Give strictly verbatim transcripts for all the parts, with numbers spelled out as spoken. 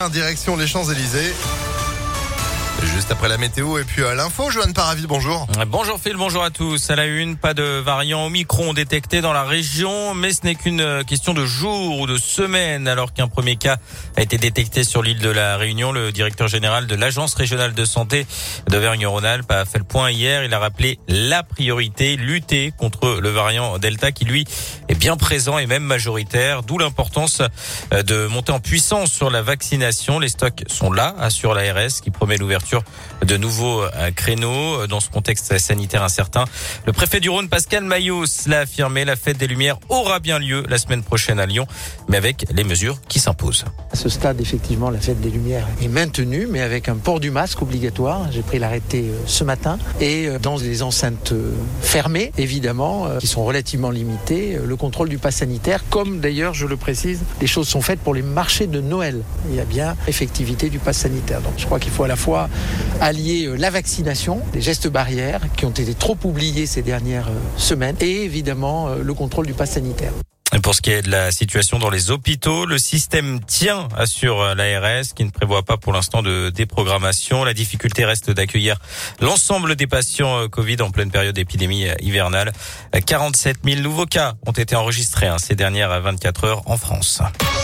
matin, direction les Champs-Élysées. Juste après la météo et puis à l'info, Johan Paravis, bonjour. Bonjour Phil, bonjour à tous. À la une, pas de variant Omicron détecté dans la région, mais ce n'est qu'une question de jours ou de semaines. Alors qu'un premier cas a été détecté sur l'île de la Réunion, le directeur général de l'Agence régionale de santé d'Auvergne-Rhône-Alpes a fait le point hier. Il a rappelé la priorité, lutter contre le variant Delta qui lui est bien présent et même majoritaire. D'où l'importance de monter en puissance sur la vaccination. Les stocks sont là, assure l'A R S qui promet l'ouverture de nouveaux créneaux dans ce contexte sanitaire incertain. Le préfet du Rhône, Pascal Mayos, l'a affirmé, la fête des Lumières aura bien lieu la semaine prochaine à Lyon, mais avec les mesures qui s'imposent. À ce stade, effectivement, la fête des Lumières est maintenue, mais avec un port du masque obligatoire. J'ai pris l'arrêté ce matin. Et dans des enceintes fermées, évidemment, qui sont relativement limitées, le contrôle du pass sanitaire, comme d'ailleurs, je le précise, les choses sont faites pour les marchés de Noël. Il y a bien effectivité du pass sanitaire. Donc je crois qu'il faut à la fois allier la vaccination, les gestes barrières qui ont été trop oubliés ces dernières semaines et évidemment le contrôle du pass sanitaire. Et pour ce qui est de la situation dans les hôpitaux, le système tient, assure l'A R S, qui ne prévoit pas pour l'instant de déprogrammation. La difficulté reste d'accueillir l'ensemble des patients Covid en pleine période d'épidémie hivernale. quarante-sept mille nouveaux cas ont été enregistrés hein, ces dernières vingt-quatre heures en France.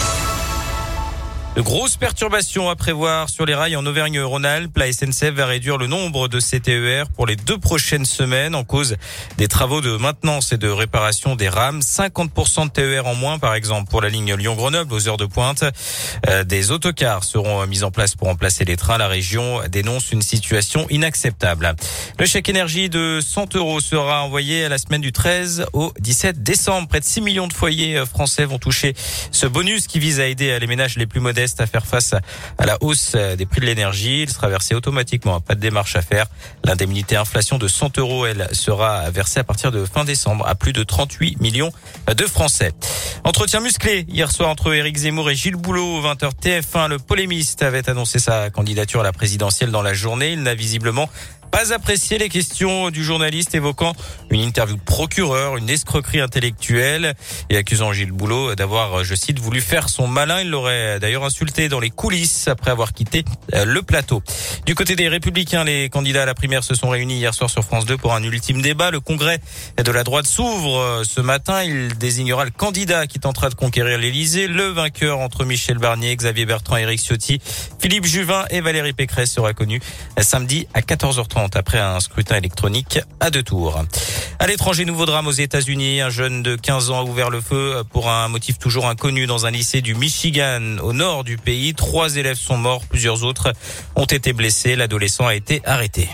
De grosses perturbations à prévoir sur les rails en Auvergne-Rhône-Alpes. La S N C F va réduire le nombre de C T E R pour les deux prochaines semaines en cause des travaux de maintenance et de réparation des rames. cinquante pour cent de T E R en moins, par exemple, pour la ligne Lyon-Grenoble aux heures de pointe. Euh, des autocars seront mis en place pour remplacer les trains. La région dénonce une situation inacceptable. Le chèque énergie de cent euros sera envoyé à la semaine du treize au dix-sept décembre. Près de six millions de foyers français vont toucher ce bonus qui vise à aider les ménages les plus modestes à faire face à la hausse des prix de l'énergie. Il sera versé automatiquement, pas de démarche à faire. L'indemnité inflation de cent euros, elle sera versée à partir de fin décembre à plus de trente-huit millions de Français. Entretien musclé hier soir entre Éric Zemmour et Gilles Boulot, vingt heures T F un. Le polémiste avait annoncé sa candidature à la présidentielle dans la journée. Il n'a visiblement pas apprécié les questions du journaliste évoquant une interview de procureur, une escroquerie intellectuelle et accusant Gilles Boulot d'avoir, je cite, voulu faire son malin. Il l'aurait d'ailleurs insulté dans les coulisses après avoir quitté le plateau. Du côté des Républicains, les candidats à la primaire se sont réunis hier soir sur France deux pour un ultime débat. Le congrès de la droite s'ouvre ce matin. Il désignera le candidat qui tentera de conquérir l'Élysée. Le vainqueur entre Michel Barnier, Xavier Bertrand, Éric Ciotti, Philippe Juvin et Valérie Pécresse sera connu samedi à quatorze heures trente après un scrutin électronique à deux tours. À l'étranger, nouveau drame aux États-Unis. Un jeune de quinze ans a ouvert le feu pour un motif toujours inconnu dans un lycée du Michigan au nord du pays. Trois élèves sont morts, plusieurs autres ont été blessés. L'adolescent a été arrêté.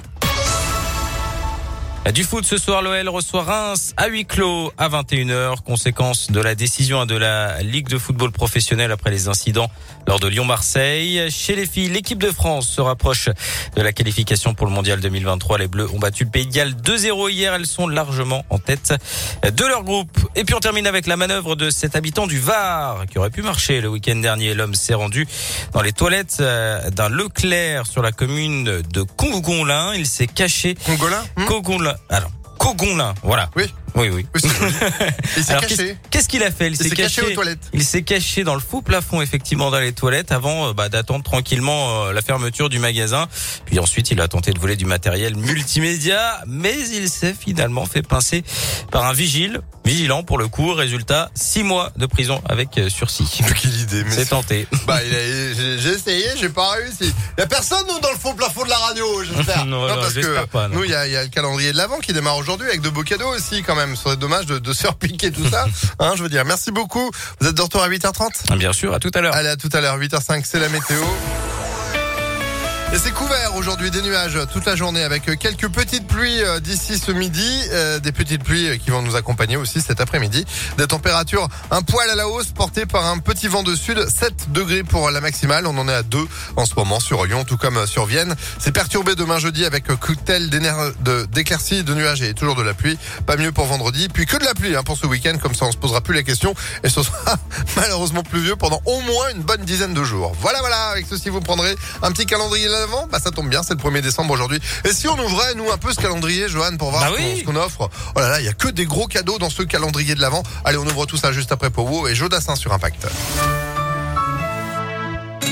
Du foot ce soir, l'O L reçoit Reims à huis clos à vingt et une heures, conséquence de la décision de la Ligue de football professionnel après les incidents lors de Lyon-Marseille. Chez les filles, l'équipe de France se rapproche de la qualification pour le mondial deux mille vingt-trois. Les Bleus ont battu le Pays de Galles deux zéro hier. Elles sont largement en tête de leur groupe. Et puis on termine avec la manœuvre de cet habitant du Var qui aurait pu marcher le week-end dernier. L'homme s'est rendu dans les toilettes d'un Leclerc sur la commune de Congonlin. Il s'est caché. Congolin hmm Congonlin. Alors, Congonlin, voilà. Oui. Oui, oui. oui il s'est Alors, caché. Qu'est-ce, qu'est-ce qu'il a fait? Il, il s'est, s'est caché, caché aux toilettes. Il s'est caché dans le faux plafond, effectivement, dans les toilettes, avant bah, d'attendre tranquillement euh, la fermeture du magasin. Puis ensuite, il a tenté de voler du matériel multimédia, mais il s'est finalement fait pincer par un vigile, vigilant pour le coup. Résultat, six mois de prison avec euh, sursis. Quelle idée, mais c'est tenté. Bah, il a, j'ai, j'ai essayé, j'ai pas réussi. Il y a personne, nous, dans le faux plafond de la radio, j'espère. non, non, non, parce j'espère que pas, non. Nous, il y a, il y a le calendrier de l'Avent qui démarre aujourd'hui avec de beaux cadeaux aussi, quand même. Ce serait dommage de, de se faire piquer tout ça. Hein, je veux dire, merci beaucoup. Vous êtes de retour à huit heures trente? Bien sûr, à tout à l'heure. Allez, à tout à l'heure, huit heures cinq, c'est la météo. Et c'est couvert aujourd'hui, des nuages toute la journée avec quelques petites pluies d'ici ce midi, euh, des petites pluies qui vont nous accompagner aussi cet après-midi. Des températures un poil à la hausse portées par un petit vent de sud, sept degrés pour la maximale. On en est à deux en ce moment sur Lyon, tout comme sur Vienne. C'est perturbé demain jeudi avec cocktail de, d'éclaircies, de nuages et toujours de la pluie. Pas mieux pour vendredi, puis que de la pluie hein, pour ce week-end, comme ça on se posera plus la question. Et ce sera malheureusement pluvieux pendant au moins une bonne dizaine de jours. Voilà, voilà, avec ceci vous prendrez un petit calendrier avant, bah ça tombe bien, c'est le premier décembre aujourd'hui. Et si on ouvrait, nous, un peu ce calendrier, Johan, pour voir bah ce, oui. qu'on, ce qu'on offre. Oh là là, il y a que des gros cadeaux dans ce calendrier de l'Avent. Allez, on ouvre tout ça juste après Powo et Jodassin sur Impact.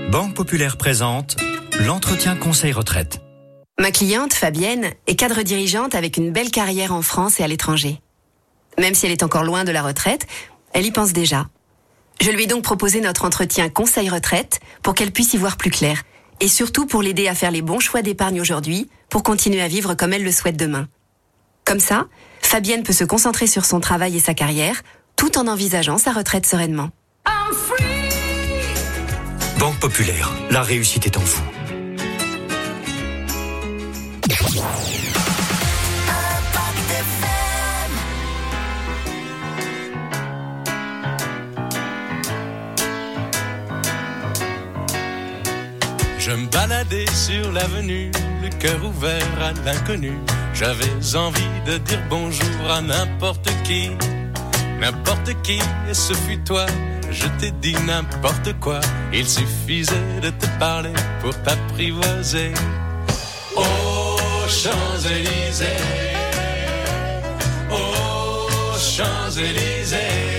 Banque Populaire présente l'entretien conseil retraite. Ma cliente, Fabienne, est cadre dirigeante avec une belle carrière en France et à l'étranger. Même si elle est encore loin de la retraite, elle y pense déjà. Je lui ai donc proposé notre entretien conseil retraite pour qu'elle puisse y voir plus clair. Et surtout pour l'aider à faire les bons choix d'épargne aujourd'hui pour continuer à vivre comme elle le souhaite demain. Comme ça, Fabienne peut se concentrer sur son travail et sa carrière tout en envisageant sa retraite sereinement. Banque Populaire, la réussite est en vous. Je me baladais sur l'avenue, le cœur ouvert à l'inconnu. J'avais envie de dire bonjour à n'importe qui, n'importe qui, et ce fut toi. Je t'ai dit n'importe quoi, il suffisait de te parler pour t'apprivoiser. Aux Champs-Élysées, aux Champs-Élysées,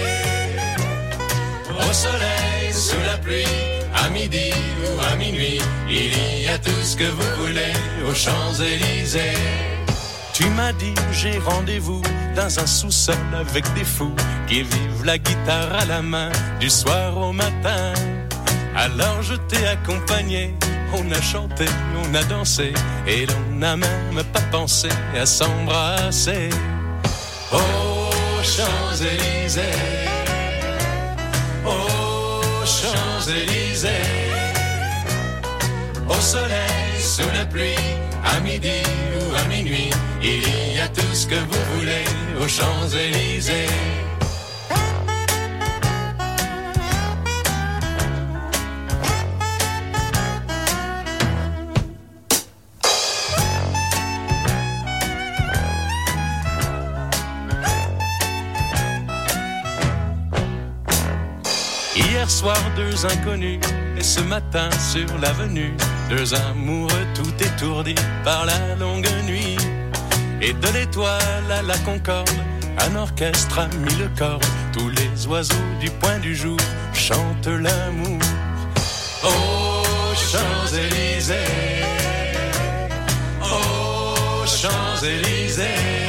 au soleil, sous la pluie, à midi ou à minuit, il y a tout ce que vous voulez aux Champs-Élysées. Tu m'as dit j'ai rendez-vous dans un sous-sol avec des fous qui vivent la guitare à la main du soir au matin. Alors je t'ai accompagné, on a chanté, on a dansé et l'on n'a même pas pensé à s'embrasser. Aux Champs-Élysées, aux Champs-Élysées, au soleil, sous la pluie, à midi ou à minuit, il y a tout ce que vous voulez aux Champs-Élysées. Hier soir, deux inconnus, et ce matin sur l'avenue, deux amoureux tout étourdis par la longue nuit. Et de l'étoile à la Concorde, un orchestre a mis le corps. Tous les oiseaux du point du jour chantent l'amour. Aux Champs-Élysées, aux Champs-Élysées,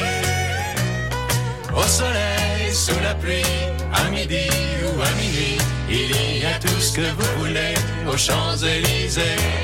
au soleil, sous la pluie, à midi ou à minuit, il y a tout ce que vous voulez aux Champs-Élysées.